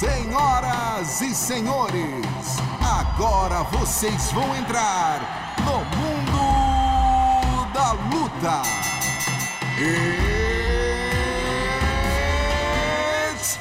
Senhoras e senhores, agora vocês vão entrar no mundo da luta. It's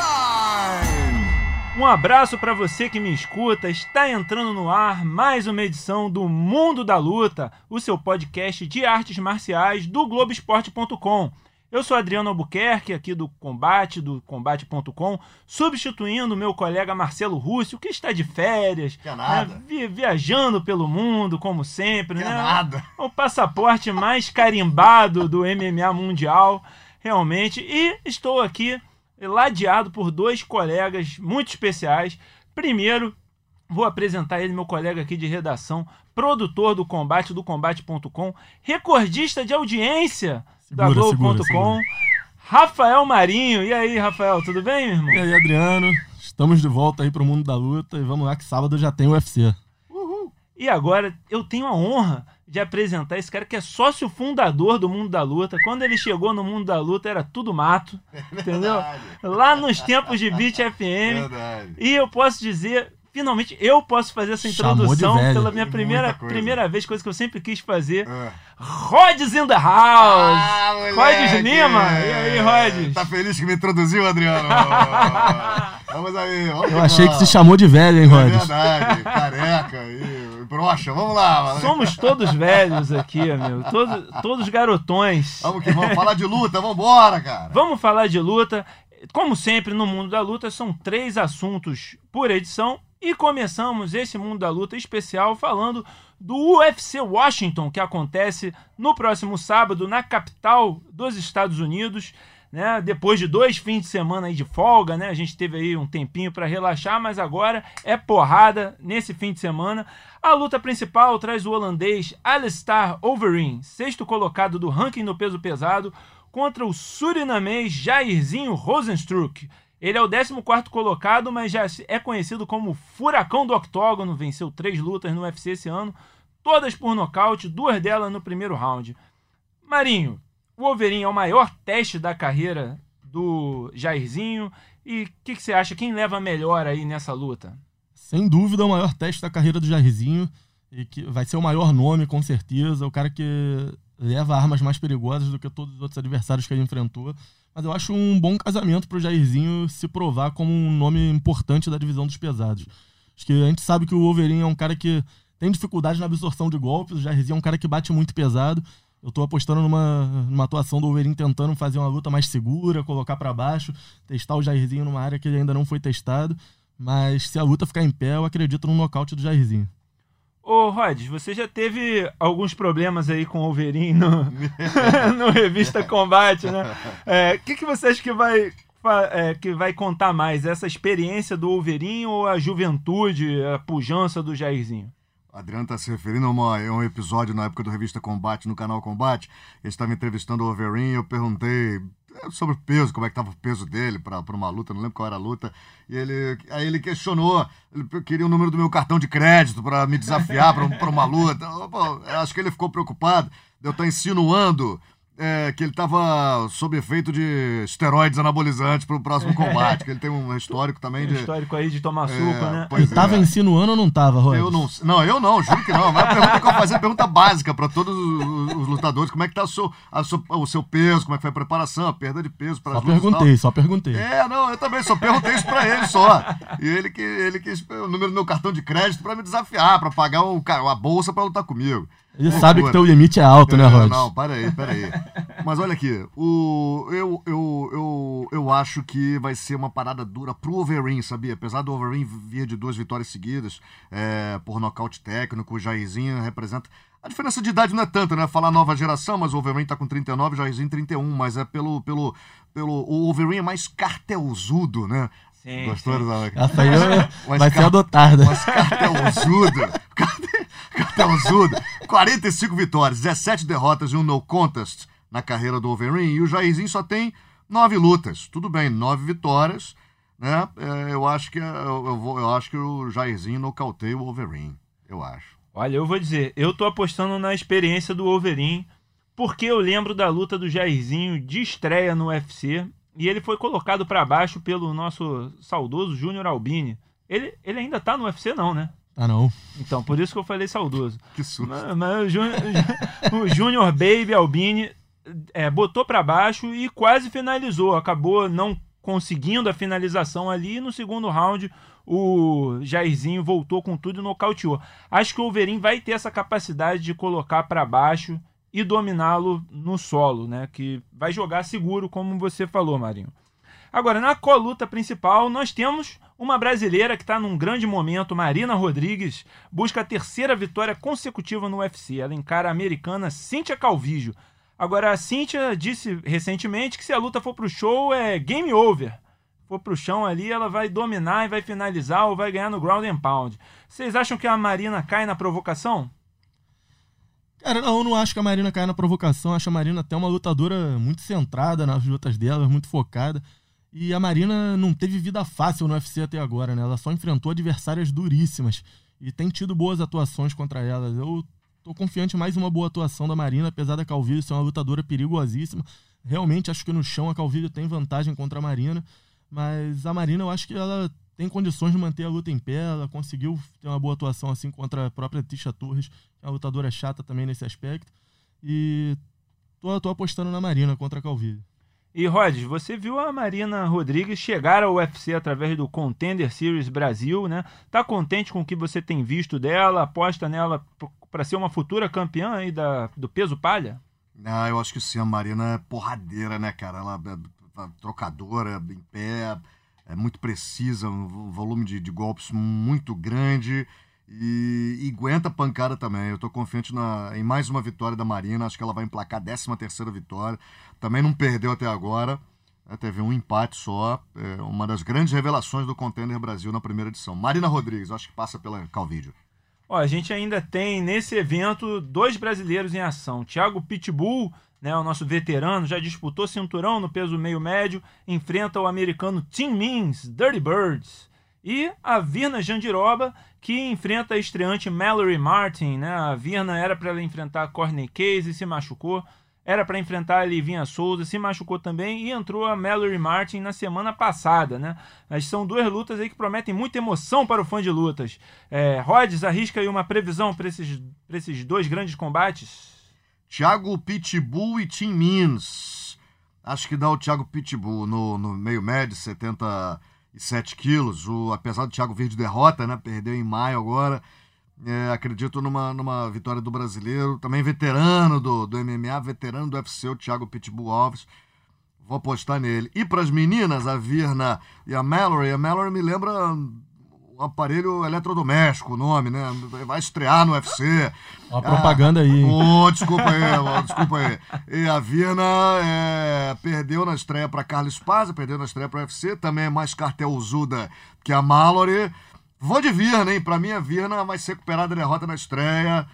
time! Um abraço para você que me escuta. Está entrando no ar mais uma edição do Mundo da Luta, o seu podcast de artes marciais do Globoesporte.com. Eu sou Adriano Albuquerque, aqui do Combate.com, substituindo o meu colega Marcelo Rússio, que está de férias, viajando pelo mundo, como sempre, né? Nada. O passaporte mais carimbado do MMA mundial, realmente. E estou aqui ladeado por dois colegas muito especiais. Primeiro, vou apresentar ele, meu colega aqui de redação, produtor do Combate.com, recordista de audiência da Globo.com, Rafael Marinho. E aí, Rafael, tudo bem, meu irmão? E aí, Adriano, estamos de volta aí pro mundo da luta e vamos lá que sábado já tem o UFC. Uhul. E agora eu tenho a honra de apresentar esse cara que é sócio fundador do Mundo da Luta. Quando ele chegou no Mundo da Luta era tudo mato, entendeu? Lá nos tempos de Beat FM. E eu posso dizer... Finalmente, eu posso fazer essa introdução pela minha primeira vez, coisa que eu sempre quis fazer. Rods in the house! Rods Lima! E aí, Rods? Tá feliz que me introduziu, Adriano? Vamos aí. Eu achei que se chamou de velho, hein, Rods? É verdade, careca e broxa. Vamos lá. Somos todos velhos aqui, amigo. Todos garotões. Vamos falar de luta, vambora, cara. Vamos falar de luta. Como sempre, no Mundo da Luta, são 3 assuntos por edição. E começamos esse Mundo da Luta especial falando do UFC Washington, que acontece no próximo sábado na capital dos Estados Unidos, né? Depois de 2 fins de semana aí de folga, né? A gente teve aí um tempinho para relaxar, mas agora é porrada nesse fim de semana. A luta principal traz o holandês Alistair Overeem, 6º colocado do ranking no peso pesado, contra o surinamês Jairzinho Rozenstruik. Ele é o 14º colocado, mas já é conhecido como Furacão do Octógono. Venceu 3 lutas no UFC esse ano, todas por nocaute, 2 delas no primeiro round. Marinho, o Overeem é o maior teste da carreira do Jairzinho. E o que você acha? Quem leva melhor aí nessa luta? Sem dúvida, é o maior teste da carreira do Jairzinho. E que vai ser o maior nome, com certeza. O cara que leva armas mais perigosas do que todos os outros adversários que ele enfrentou. Mas eu acho um bom casamento pro Jairzinho se provar como um nome importante da divisão dos pesados. Acho que a gente sabe que o Overeem é um cara que tem dificuldade na absorção de golpes, o Jairzinho é um cara que bate muito pesado. Eu tô apostando numa atuação do Overeem tentando fazer uma luta mais segura, colocar para baixo, testar o Jairzinho numa área que ele ainda não foi testado. Mas se a luta ficar em pé, eu acredito no nocaute do Jairzinho. Ô, Rods, você já teve alguns problemas aí com o Overeem no Revista Combate, né? O que você acha que vai contar mais? Essa experiência do Overeem ou a juventude, a pujança do Jairzinho? O Adriano está se referindo a um episódio na época do Revista Combate, no canal Combate. Ele estava entrevistando o Overeem e eu perguntei sobre o peso, como é que estava o peso dele para uma luta, não lembro qual era a luta. E aí ele questionou, ele queria o número do meu cartão de crédito para me desafiar para uma luta. Acho que ele ficou preocupado de eu estar insinuando que ele estava sob efeito de esteroides anabolizantes para o próximo combate, que ele tem um histórico também de... histórico aí de tomar suco, né? Ele estava insinuando ou não estava, Roy? Eu não, juro que não. Mas a pergunta que eu fazer é pergunta básica para todos os lutadores, como é que tá o seu peso, como é que foi a preparação, a perda de peso para as lutas. Só perguntei. Eu também só perguntei isso para ele só. E ele quis o número do meu cartão de crédito para me desafiar, para pagar a bolsa para lutar comigo. Ele sabe que teu limite é alto, né, Rod? Não, para aí. Mas olha aqui, eu acho que vai ser uma parada dura pro Overeem, sabia? Apesar do Overeem vir de 2 vitórias seguidas, por nocaute técnico, o Jairzinho representa... A diferença de idade não é tanto, né? Falar nova geração, mas o Overeem tá com 39, o Jairzinho 31, mas é o Overeem é mais cartelzudo, né? Sim. Gostou? Essa aí vai ser adotada. Mas cartelzudo. 45 vitórias, 17 derrotas e um no contest na carreira do Overeem. E o Jairzinho só tem 9 lutas. Tudo bem, 9 vitórias, né? Eu acho que o Jairzinho nocauteia o Overeem. Eu acho. Olha, eu vou dizer, eu tô apostando na experiência do Overeem, porque eu lembro da luta do Jairzinho de estreia no UFC. e ele foi colocado para baixo pelo nosso saudoso Júnior Albini. Ele ainda tá no UFC não, né? Ah, não. Então, por isso que eu falei saudoso. Que susto. Mas o Júnior Baby Albini botou para baixo e quase finalizou. Acabou não conseguindo a finalização ali. E no segundo round, o Jairzinho voltou com tudo e nocauteou. Acho que o Overeem vai ter essa capacidade de colocar para baixo e dominá-lo no solo, né? Que vai jogar seguro, como você falou, Marinho. Agora, na coluta principal, nós temos uma brasileira que está num grande momento, Marina Rodrigues, busca a terceira vitória consecutiva no UFC. Ela encara a americana Cíntia Calvillo. Agora, a Cíntia disse recentemente que se a luta for pro show, é game over. For pro chão ali, ela vai dominar e vai finalizar ou vai ganhar no ground and pound. Vocês acham que a Marina cai na provocação? Cara, eu não acho que a Marina cai na provocação. Acho a Marina até uma lutadora muito centrada nas lutas dela, muito focada. E a Marina não teve vida fácil no UFC até agora, né? Ela só enfrentou adversárias duríssimas e tem tido boas atuações contra elas. Eu tô confiante em mais uma boa atuação da Marina, apesar da Calvillo ser uma lutadora perigosíssima. Realmente acho que no chão a Calvillo tem vantagem contra a Marina, mas a Marina eu acho que ela tem condições de manter a luta em pé. Ela conseguiu ter uma boa atuação assim contra a própria Tisha Torres, que é uma lutadora chata também nesse aspecto. E tô apostando na Marina contra a Calvillo. E, Rhodes, você viu a Marina Rodrigues chegar ao UFC através do Contender Series Brasil, né? Tá contente com o que você tem visto dela? Aposta nela para ser uma futura campeã aí do peso palha? Ah, eu acho que sim, a Marina é porradeira, né, cara? Ela é trocadora, em pé, é muito precisa, um volume de golpes muito grande e aguenta pancada também. Eu tô confiante em mais uma vitória da Marina, acho que ela vai emplacar a 13ª vitória. Também não perdeu até agora, né? Teve um empate só, uma das grandes revelações do Contender Brasil na primeira edição. Marina Rodrigues, acho que passa pela Calvillo. Ó, a gente ainda tem nesse evento 2 brasileiros em ação. Thiago Pitbull, né, o nosso veterano, já disputou cinturão no peso meio médio, enfrenta o americano Tim Means, Dirty Birds. E a Virna Jandiroba, que enfrenta a estreante Mallory Martin, né? A Virna era para ela enfrentar a Courtney Casey e se machucou. Era para enfrentar a Livinha Souza, se machucou também, e entrou a Mallory Martin na semana passada, né? Mas são 2 lutas aí que prometem muita emoção para o fã de lutas. Rhodes, arrisca aí uma previsão para esses 2 grandes combates? Thiago Pitbull e Tim Means. Acho que dá o Thiago Pitbull no meio médio, 77 quilos. Apesar do Thiago vir de derrota, né? Perdeu em maio agora. Acredito numa vitória do brasileiro, também veterano do MMA, veterano do UFC, o Thiago Pitbull Alves. Vou apostar nele. E para as meninas, a Virna e a Mallory me lembra um aparelho eletrodoméstico, o nome, né? Vai estrear no UFC. Uma propaganda aí. Desculpa aí. E a Virna perdeu na estreia para Carla Esparza, perdeu na estreia para o UFC, também é mais cartelzuda que a Mallory. Vou de Virna, hein? Pra mim, a Virna vai se recuperar da derrota na estreia.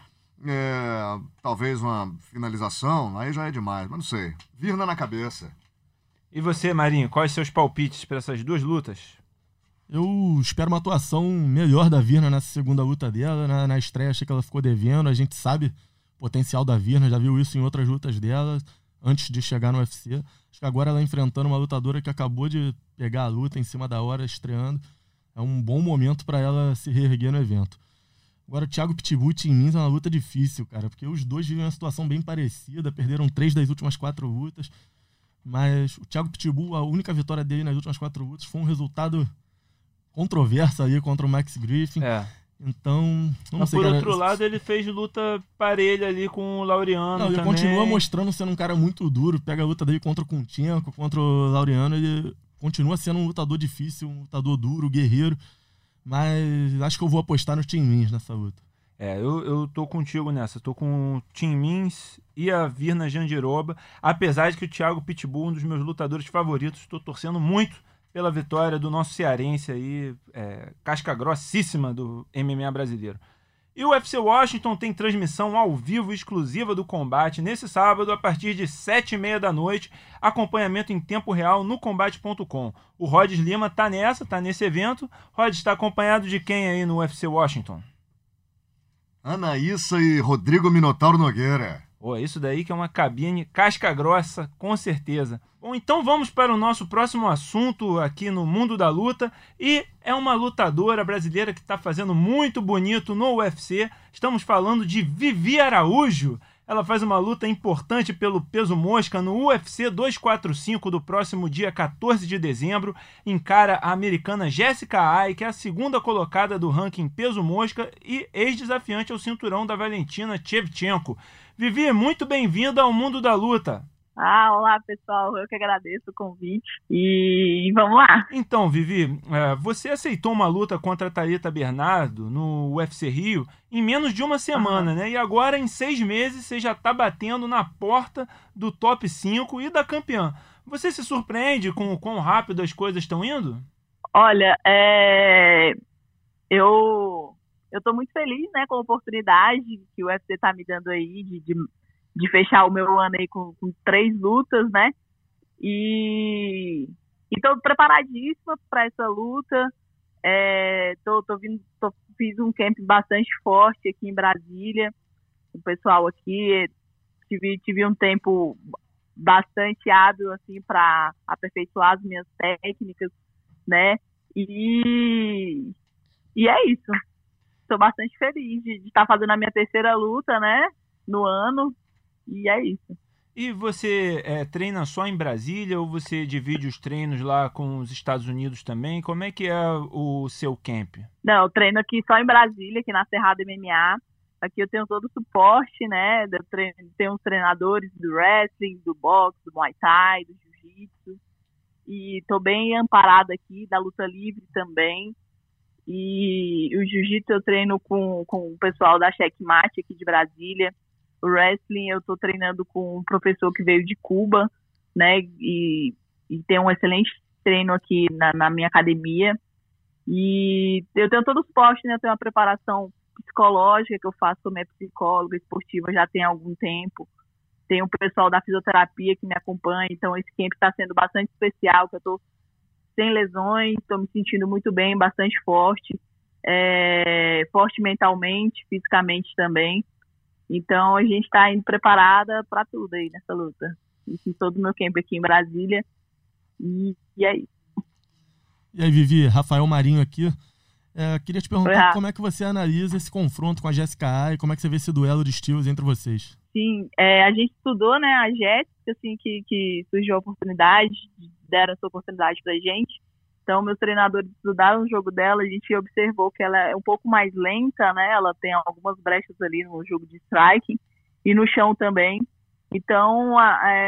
Talvez uma finalização, aí já é demais, mas não sei. Virna na cabeça. E você, Marinho, quais seus palpites para essas 2 lutas? Eu espero uma atuação melhor da Virna nessa segunda luta dela. Na estreia achei que ela ficou devendo. A gente sabe o potencial da Virna, já viu isso em outras lutas dela, antes de chegar no UFC. Acho que agora ela enfrentando uma lutadora que acabou de pegar a luta em cima da hora, estreando. É um bom momento para ela se reerguer no evento. Agora, o Thiago Pitbull e Tim Means é uma luta difícil, cara, porque os 2 vivem uma situação bem parecida, perderam 3 das últimas 4 lutas, mas o Thiago Pitbull, a única vitória dele nas últimas 4 lutas foi um resultado controverso aí contra o Max Griffin. Então, não sei, por cara. outro lado, ele fez luta parelha ali com o Laureano ele também. Continua mostrando sendo um cara muito duro, pega a luta dele contra o Kunchenko, contra o Laureano, ele continua sendo um lutador difícil, um lutador duro, guerreiro, mas acho que eu vou apostar no Tim Means nessa luta. Eu tô contigo nessa, tô com o Tim Means e a Virna Jandiroba, apesar de que o Thiago Pitbull, um dos meus lutadores favoritos, tô torcendo muito pela vitória do nosso cearense aí, casca grossíssima do MMA brasileiro. E o UFC Washington tem transmissão ao vivo exclusiva do combate nesse sábado a partir de 7h30 da noite, acompanhamento em tempo real no combate.com. O Rhodes Lima tá nesse evento. Rhodes, está acompanhado de quem aí no UFC Washington? Anaíssa e Rodrigo Minotauro Nogueira. Pô, isso daí que é uma cabine casca grossa, com certeza. Bom, então vamos para o nosso próximo assunto aqui no Mundo da Luta. E é uma lutadora brasileira que está fazendo muito bonito no UFC. Estamos falando de Vivi Araújo. Ela faz uma luta importante pelo peso mosca no UFC 245 do próximo dia 14 de dezembro. Encara a americana Jessica Eye, que é a segunda colocada do ranking peso mosca e ex-desafiante ao cinturão da Valentina Shevchenko. Vivi, muito bem-vinda ao Mundo da Luta. Olá, pessoal. Eu que agradeço o convite. E vamos lá. Então, Vivi, você aceitou uma luta contra a Thalita Bernardo no UFC Rio em menos de uma semana, né? E agora, em 6 meses, você já está batendo na porta do top 5 e da campeã. Você se surpreende com o quão rápido as coisas estão indo? Olha, eu tô muito feliz, né, com a oportunidade que o UFC tá me dando aí de fechar o meu ano aí com 3 lutas, né? E tô preparadíssima para essa luta. Fiz um camp bastante forte aqui em Brasília. O pessoal aqui, tive um tempo bastante hábil assim para aperfeiçoar as minhas técnicas, né? E é isso. Estou bastante feliz de estar fazendo a minha 3ª luta, né, no ano, e é isso. E você treina só em Brasília ou você divide os treinos lá com os Estados Unidos também? Como é que é o seu camp? Não, eu treino aqui só em Brasília, aqui na Cerrado MMA. Aqui eu tenho todo o suporte, né, tenho os treinadores do wrestling, do boxe, do Muay Thai, do Jiu-Jitsu, e estou bem amparada aqui, da luta livre também. E o jiu-jitsu eu treino com o pessoal da Checkmate aqui de Brasília. O wrestling eu estou treinando com um professor que veio de Cuba, né? E tem um excelente treino aqui na minha academia. E eu tenho todo o suporte, né? Eu tenho uma preparação psicológica que eu faço, como psicóloga esportiva já tem algum tempo. Tem o pessoal da fisioterapia que me acompanha. Então esse camp está sendo bastante especial, que eu estou sem lesões, estou me sentindo muito bem, bastante forte, forte mentalmente, fisicamente também. Então a gente está indo preparada para tudo aí nessa luta. Fiz todo o meu camp aqui em Brasília e é isso. E aí, Vivi, Rafael Marinho aqui. Queria te perguntar como é que você analisa esse confronto com a Jessica Eye, como é que você vê esse duelo de estilos entre vocês? Sim, a gente estudou, né, a Jéssica, assim, que surgiu a oportunidade, deram essa oportunidade pra gente. Então, meus treinadores estudaram o jogo dela, a gente observou que ela é um pouco mais lenta, né, ela tem algumas brechas ali no jogo de striking e no chão também. Então,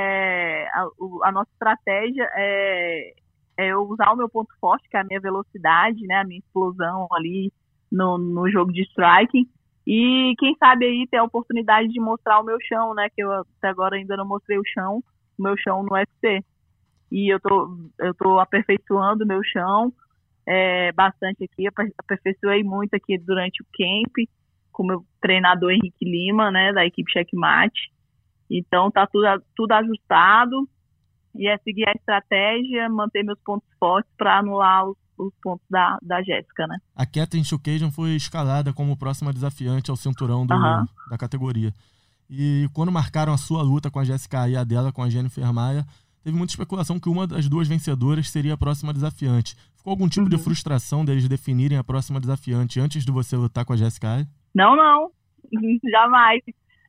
a nossa estratégia é eu usar o meu ponto forte, que é a minha velocidade, né, a minha explosão ali no jogo de striking. E quem sabe aí ter a oportunidade de mostrar o meu chão, né? Que eu até agora ainda não mostrei o meu chão no UFC. E eu tô aperfeiçoando o meu chão bastante aqui. Aperfeiçoei muito aqui durante o camp com o meu treinador Henrique Lima, né? Da equipe Checkmate. Então tá tudo ajustado. E é seguir a estratégia, manter meus pontos fortes para anular os pontos da Jéssica, né? A Catherine Chookagian foi escalada como próxima desafiante ao cinturão da categoria. E quando marcaram a sua luta com a Jessica e a dela com a Jennifer Maia, teve muita especulação que uma das duas vencedoras seria a próxima desafiante. Ficou algum tipo de frustração deles definirem a próxima desafiante antes de você lutar com a Jessica? Não. Jamais.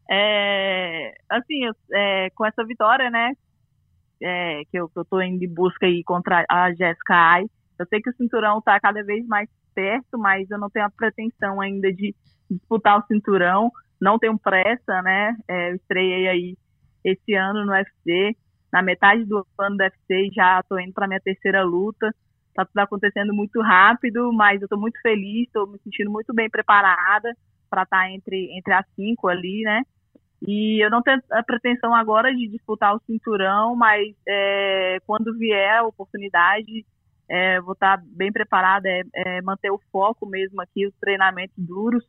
Com essa vitória, né? Que eu tô indo em busca aí contra a Jessica Eye. Eu sei que o cinturão está cada vez mais perto, mas eu não tenho a pretensão ainda de disputar o cinturão. Não tenho pressa, né? Eu estreiei aí esse ano no UFC. Na metade do ano do UFC já estou indo para minha 3ª luta. Tá tudo acontecendo muito rápido, mas eu estou muito feliz, estou me sentindo muito bem preparada para estar entre as 5 ali, né? E eu não tenho a pretensão agora de disputar o cinturão, mas quando vier a oportunidade, vou estar bem preparada, manter o foco mesmo aqui, os treinamentos duros.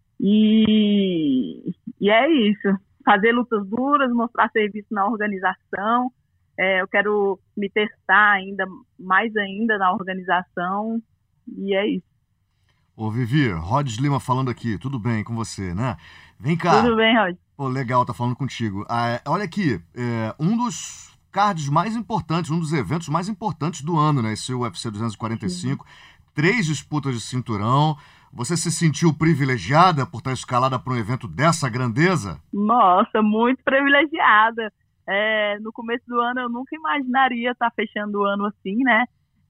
E é isso. Fazer lutas duras, mostrar serviço na organização. Eu quero me testar mais ainda na organização. E é isso. Ô, Vivi, Rhodes Lima falando aqui. Tudo bem com você, né? Vem cá. Tudo bem, Rhodes. Pô, legal, tá falando contigo. Olha aqui, um dos cards mais importantes, um dos eventos mais importantes do ano, né? Esse UFC 245, 3 disputas de cinturão. Você se sentiu privilegiada por estar escalada para um evento dessa grandeza? Nossa, muito privilegiada. No começo do ano eu nunca imaginaria estar fechando o ano assim, né?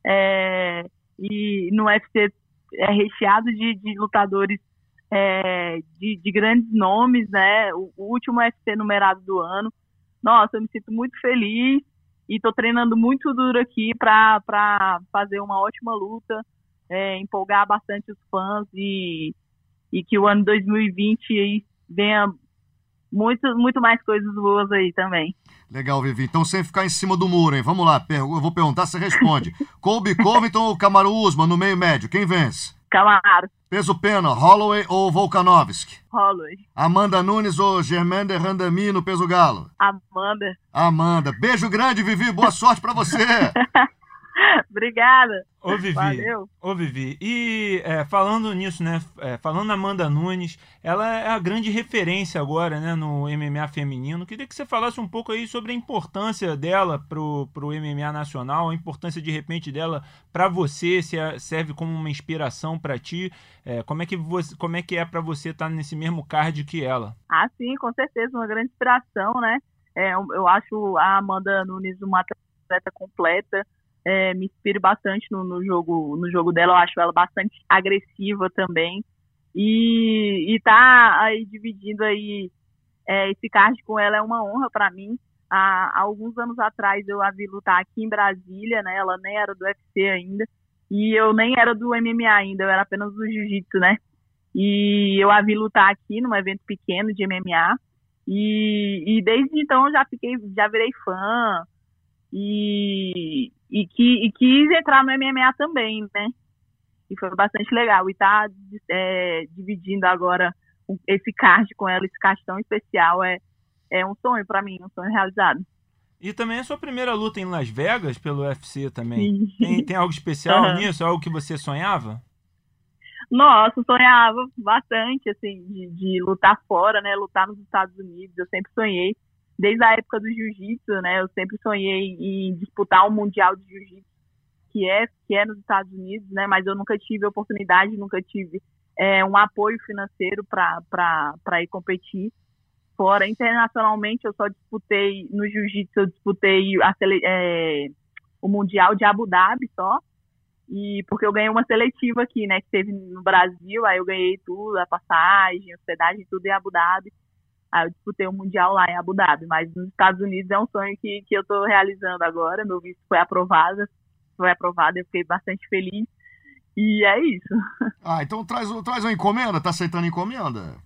E no UFC é recheado de lutadores de grandes nomes, né? O último UFC numerado do ano. Nossa, eu me sinto muito feliz e tô treinando muito duro aqui para fazer uma ótima luta, empolgar bastante os fãs e que o ano 2020 aí venha muito mais coisas boas aí também. Legal, Vivi. Então, sem ficar em cima do muro, hein? Vamos lá, eu vou perguntar, você responde. Colby Covington ou Kamaru Usman no meio médio? Quem vence? Kamaru. Peso pena, Holloway ou Volkanovski? Holloway. Amanda Nunes ou Germaine de Randamie no peso galo? Amanda. Beijo grande, Vivi. Boa sorte pra você. Obrigada. Ô, Vivi. Valeu. Ô, Vivi. E falando nisso, né? Falando na Amanda Nunes, ela é a grande referência agora, né? No MMA feminino. Queria que você falasse um pouco aí sobre a importância dela pro MMA nacional, a importância de repente dela para você, se serve como uma inspiração para ti. Como é que é para você estar nesse mesmo card que ela? Ah, sim, com certeza, uma grande inspiração, né? Eu acho a Amanda Nunes uma atleta completa. Me inspiro bastante no jogo dela, eu acho ela bastante agressiva também, e tá aí dividindo aí esse card com ela é uma honra para mim. Há alguns anos atrás eu a vi lutar aqui em Brasília, né? Ela nem era do UFC ainda, e eu nem era do MMA ainda, eu era apenas do jiu-jitsu, né? E eu a vi lutar aqui num evento pequeno de MMA, e desde então eu já virei fã, e quis entrar no MMA também, né? E foi bastante legal. E tá dividindo agora esse card com ela, esse card tão especial, é um sonho pra mim, um sonho realizado. E também a sua primeira luta em Las Vegas pelo UFC também. Tem algo especial nisso? Algo que você sonhava? Nossa, eu sonhava bastante, assim, de lutar fora, né? Lutar nos Estados Unidos, eu sempre sonhei. Desde a época do jiu-jitsu, né, eu sempre sonhei em disputar um mundial de jiu-jitsu, que é nos Estados Unidos, né, mas eu nunca tive oportunidade, nunca tive um apoio financeiro para ir competir fora. Internacionalmente, eu só disputei, no jiu-jitsu, eu disputei o mundial de Abu Dhabi só, e porque eu ganhei uma seletiva aqui, né, que teve no Brasil, aí eu ganhei tudo, a passagem, hospedagem, tudo em Abu Dhabi. Aí eu disputei o Mundial lá em Abu Dhabi, mas nos Estados Unidos é um sonho que eu estou realizando agora. Meu visto foi aprovado, eu fiquei bastante feliz. E é isso. Então traz uma encomenda, tá aceitando encomenda?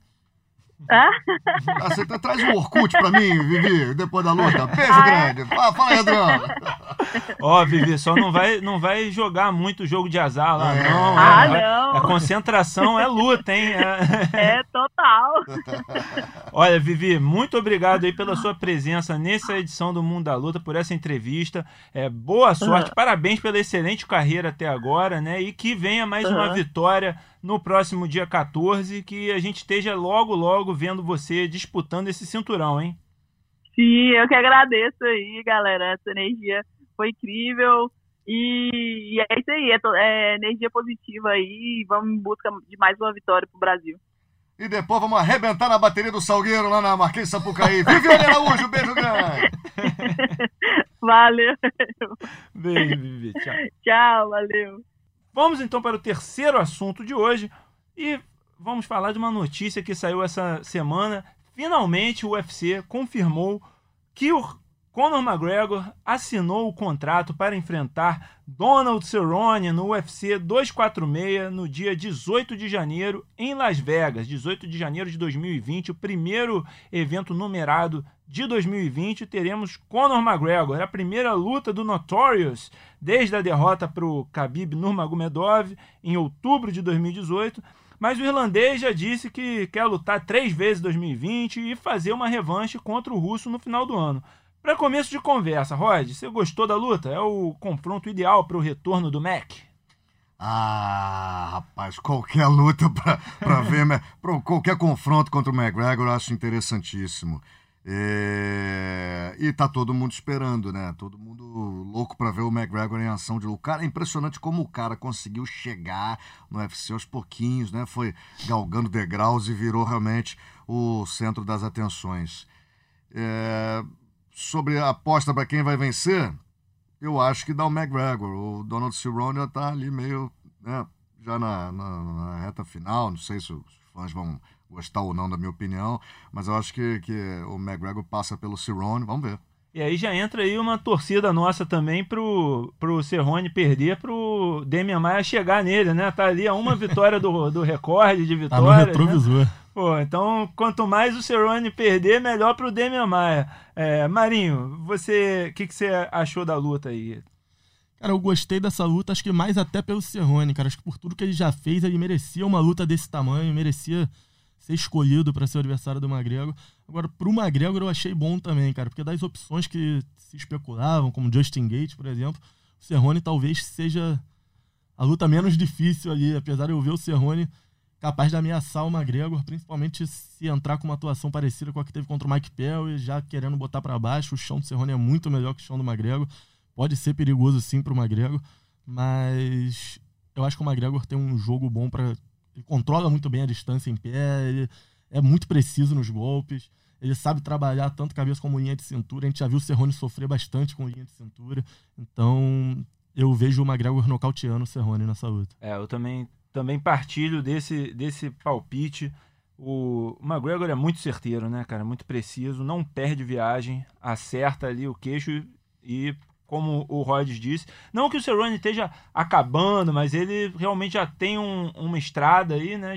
Traz um Orkut pra mim, Vivi, depois da luta. Beijo grande. Fala aí, Adriano. Vivi, só não vai jogar muito jogo de azar lá, não. Não. A concentração é luta, hein? Total. Olha, Vivi, muito obrigado aí pela sua presença nessa edição do Mundo da Luta, por essa entrevista. Boa sorte, parabéns pela excelente carreira até agora, né? E que venha mais uma vitória no próximo dia 14, que a gente esteja logo vendo você disputando esse cinturão, hein? Sim, eu que agradeço aí, galera. Essa energia foi incrível. E é isso aí, energia positiva aí. Vamos em busca de mais uma vitória pro Brasil. E depois vamos arrebentar na bateria do Salgueiro, lá na Marquês de Sapucaí. Viviane Araújo, beijo grande! Valeu! Beijo, Vivi. Tchau. Tchau, valeu! Vamos então para o terceiro assunto de hoje e vamos falar de uma notícia que saiu essa semana. Finalmente o UFC confirmou que o Conor McGregor assinou o contrato para enfrentar Donald Cerrone no UFC 246 no dia 18 de janeiro em Las Vegas. 18 de janeiro de 2020, o primeiro evento numerado de 2020. Teremos Conor McGregor, a primeira luta do Notorious desde a derrota para o Khabib Nurmagomedov em outubro de 2018. Mas o irlandês já disse que quer lutar 3 vezes em 2020 e fazer uma revanche contra o russo no final do ano. Para começo de conversa, Rod, você gostou da luta? É o confronto ideal para o retorno do Mac? Rapaz, qualquer luta pra ver, qualquer confronto contra o McGregor eu acho interessantíssimo. E tá todo mundo esperando, né? Todo mundo louco pra ver o McGregor em ação de luta. Cara, é impressionante como o cara conseguiu chegar no UFC aos pouquinhos, né? Foi galgando degraus e virou realmente o centro das atenções. Sobre a aposta para quem vai vencer, eu acho que dá o McGregor. O Donald Cerrone já tá ali meio, né, já na reta final. Não sei se os fãs vão gostar ou não da minha opinião, mas eu acho que o McGregor passa pelo Cerrone. Vamos ver. E aí já entra aí uma torcida nossa também pro Cerrone perder, pro Demian Maia chegar nele, né? Tá ali a uma vitória do recorde de vitórias. Tá no retrovisor. Né? Pô, então, quanto mais o Cerrone perder, melhor pro Demian Maia. Marinho, o que você achou da luta aí? Cara, eu gostei dessa luta, acho que mais até pelo Cerrone, cara. Acho que por tudo que ele já fez, ele merecia uma luta desse tamanho, merecia ser escolhido para ser o adversário do McGregor. Agora, pro McGregor eu achei bom também, cara, porque das opções que se especulavam, como Justin Gaethje, por exemplo, o Cerrone talvez seja a luta menos difícil ali, apesar de eu ver o Cerrone capaz de ameaçar o McGregor, principalmente se entrar com uma atuação parecida com a que teve contra o Mike Perry, já querendo botar para baixo. O chão do Cerrone é muito melhor que o chão do McGregor. Pode ser perigoso sim pro McGregor, mas eu acho que o McGregor tem um jogo bom para... Ele controla muito bem a distância em pé, ele é muito preciso nos golpes, ele sabe trabalhar tanto cabeça como linha de cintura. A gente já viu o Cerrone sofrer bastante com linha de cintura, então eu vejo o McGregor nocauteando o Cerrone nessa luta. Eu também partilho desse palpite. O McGregor é muito certeiro, né, cara? Muito preciso, não perde viagem, acerta ali o queixo e, como o Rhodes disse, não que o Cerrone esteja acabando, mas ele realmente já tem uma estrada aí, né?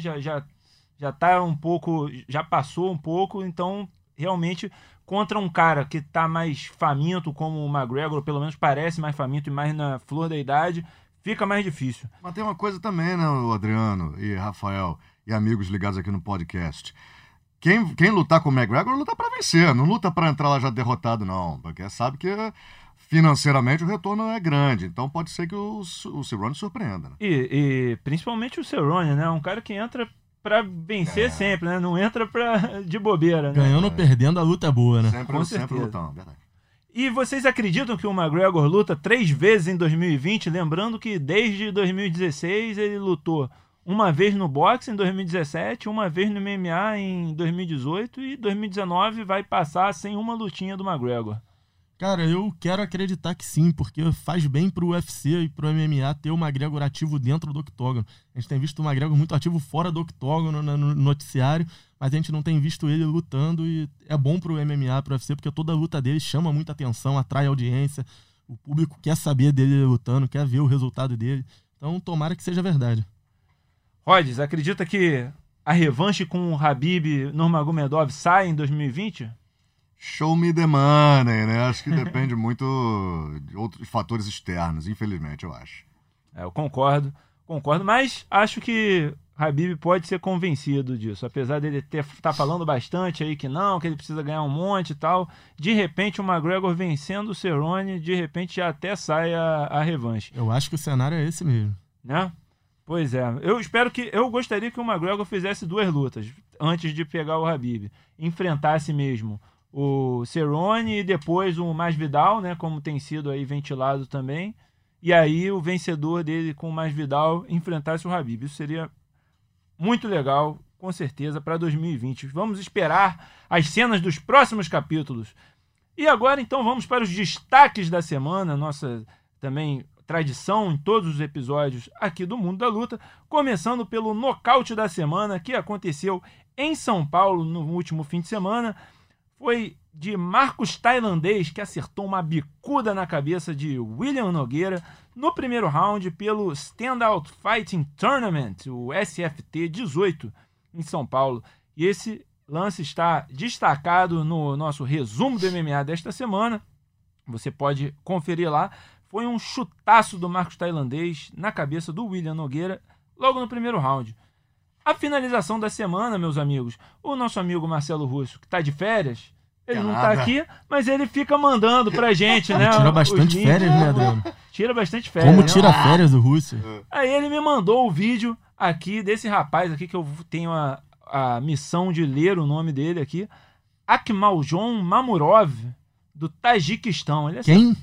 Já tá um pouco, já passou um pouco, então realmente contra um cara que tá mais faminto como o McGregor, ou pelo menos parece mais faminto e mais na flor da idade, fica mais difícil. Mas tem uma coisa também, né, Adriano e Rafael e amigos ligados aqui no podcast. Quem lutar com o McGregor luta pra vencer, não luta pra entrar lá já derrotado, não. Porque sabe que financeiramente o retorno é grande, então pode ser que o Cerrone surpreenda. Né? E principalmente o Cerrone, né? Um cara que entra pra vencer sempre, né? Não entra de bobeira, né? Ganhando ou perdendo, a luta é boa, né? Sempre lutando, verdade. E vocês acreditam que o McGregor luta 3 vezes em 2020? Lembrando que desde 2016 ele lutou uma vez no boxe em 2017, uma vez no MMA em 2018 e 2019 vai passar sem uma lutinha do McGregor. Cara, eu quero acreditar que sim, porque faz bem pro UFC e pro MMA ter o McGregor ativo dentro do octógono. A gente tem visto o McGregor muito ativo fora do octógono, no noticiário, mas a gente não tem visto ele lutando, e é bom pro MMA, pro UFC, porque toda luta dele chama muita atenção, atrai audiência, o público quer saber dele lutando, quer ver o resultado dele. Então, tomara que seja verdade. Rhodes, acredita que a revanche com o Khabib Nurmagomedov sai em 2020? Show me the money, né? Acho que depende muito de outros fatores externos, infelizmente, eu acho. Eu concordo, mas acho que Khabib pode ser convencido disso, apesar dele tá falando bastante aí que ele precisa ganhar um monte e tal. De repente o McGregor vencendo o Cerrone, de repente já até sai a revanche. Eu acho que o cenário é esse mesmo. Né? Pois é, eu gostaria que o McGregor fizesse 2 lutas antes de pegar o Khabib, enfrentasse mesmo o Cerrone e depois o Masvidal, né, como tem sido aí ventilado também, e aí o vencedor dele com o Masvidal enfrentasse o Khabib. Isso seria muito legal, com certeza, para 2020. Vamos esperar as cenas dos próximos capítulos. E agora, então, vamos para os destaques da semana, nossa também tradição em todos os episódios aqui do Mundo da Luta, começando pelo nocaute da semana, que aconteceu em São Paulo no último fim de semana. Foi de Marcos Tailandês, que acertou uma bicuda na cabeça de William Nogueira no primeiro round pelo Standout Fighting Tournament, o SFT 18, em São Paulo. E esse lance está destacado no nosso resumo do MMA desta semana. Você pode conferir lá. Foi um chutaço do Marcos Tailandês na cabeça do William Nogueira logo no primeiro round. A finalização da semana, meus amigos, o nosso amigo Marcelo Russo, que está de férias, Ele Que não nada. tá aqui, mas ele fica mandando pra gente, né? Tira os bastante links. férias, né, Adriano? Tira bastante férias. Como né? tira férias o Rússia? Aí ele me mandou o vídeo aqui desse rapaz aqui, que eu tenho a missão de ler o nome dele aqui. Akhmaljon Mamurov, do Tajiquistão. Ele é Quem?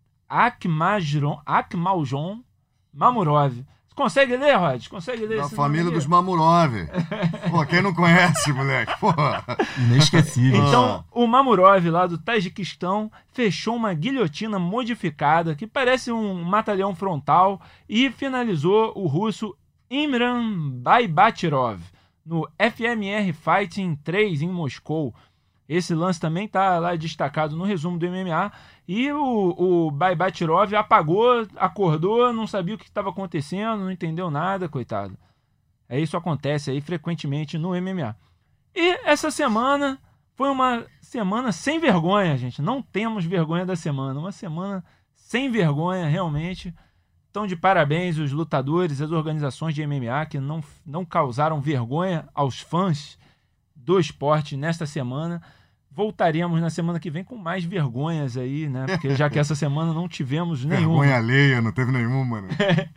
Akhmaljon Mamurov. Você consegue ler, Rod? Consegue ler Da esse família nome dos aqui? Mamurov. Pô, quem não conhece, moleque? Pô. Inesquecível. Então, o Mamurov, lá do Tajiquistão, fechou uma guilhotina modificada que parece um mata-leão frontal e finalizou o russo Imran Baybatirov no FMR Fighting 3 em Moscou. Esse lance também está lá destacado no resumo do MMA. E o Baybatirov apagou, acordou, não sabia o que estava acontecendo, não entendeu nada, coitado. Isso acontece aí frequentemente no MMA. E essa semana foi uma semana sem vergonha, gente. Não temos vergonha da semana. Uma semana sem vergonha, realmente. Então, de parabéns os lutadores, as organizações de MMA que não causaram vergonha aos fãs do esporte nesta semana. Voltaremos na semana que vem com mais vergonhas aí, né? Porque já que essa semana não tivemos nenhuma. Vergonha alheia, não teve nenhuma, né?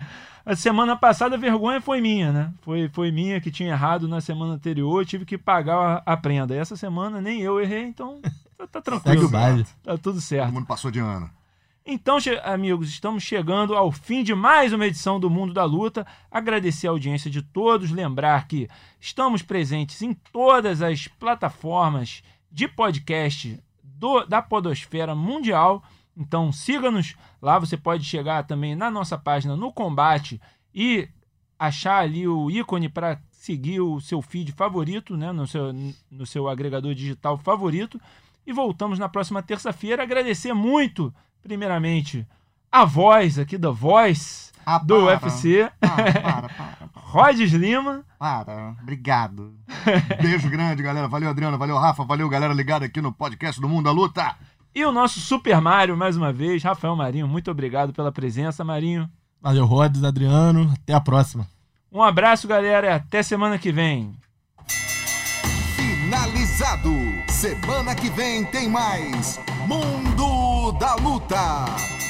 A semana passada a vergonha foi minha, né? Foi minha que tinha errado na semana anterior, eu tive que pagar a prenda. Essa semana nem eu errei, então tá tranquilo. Segue o baile. Tá tudo certo. Todo mundo passou de ano. Então, amigos, estamos chegando ao fim de mais uma edição do Mundo da Luta. Agradecer a audiência de todos, lembrar que estamos presentes em todas as plataformas de podcast da podosfera mundial. Então siga-nos lá, você pode chegar também na nossa página no Combate e achar ali o ícone para seguir o seu feed favorito, né, no seu agregador digital favorito. E voltamos na próxima terça-feira. Agradecer muito, primeiramente, a voz aqui da Voice do UFC, Para. Rhodes Lima. Obrigado. Beijo grande, galera. Valeu, Adriano. Valeu, Rafa. Valeu, galera ligada aqui no podcast do Mundo da Luta. E o nosso Super Mario, mais uma vez, Rafael Marinho. Muito obrigado pela presença, Marinho. Valeu, Rhodes, Adriano. Até a próxima. Um abraço, galera, e até semana que vem. Finalizado. Semana que vem tem mais Mundo da Luta.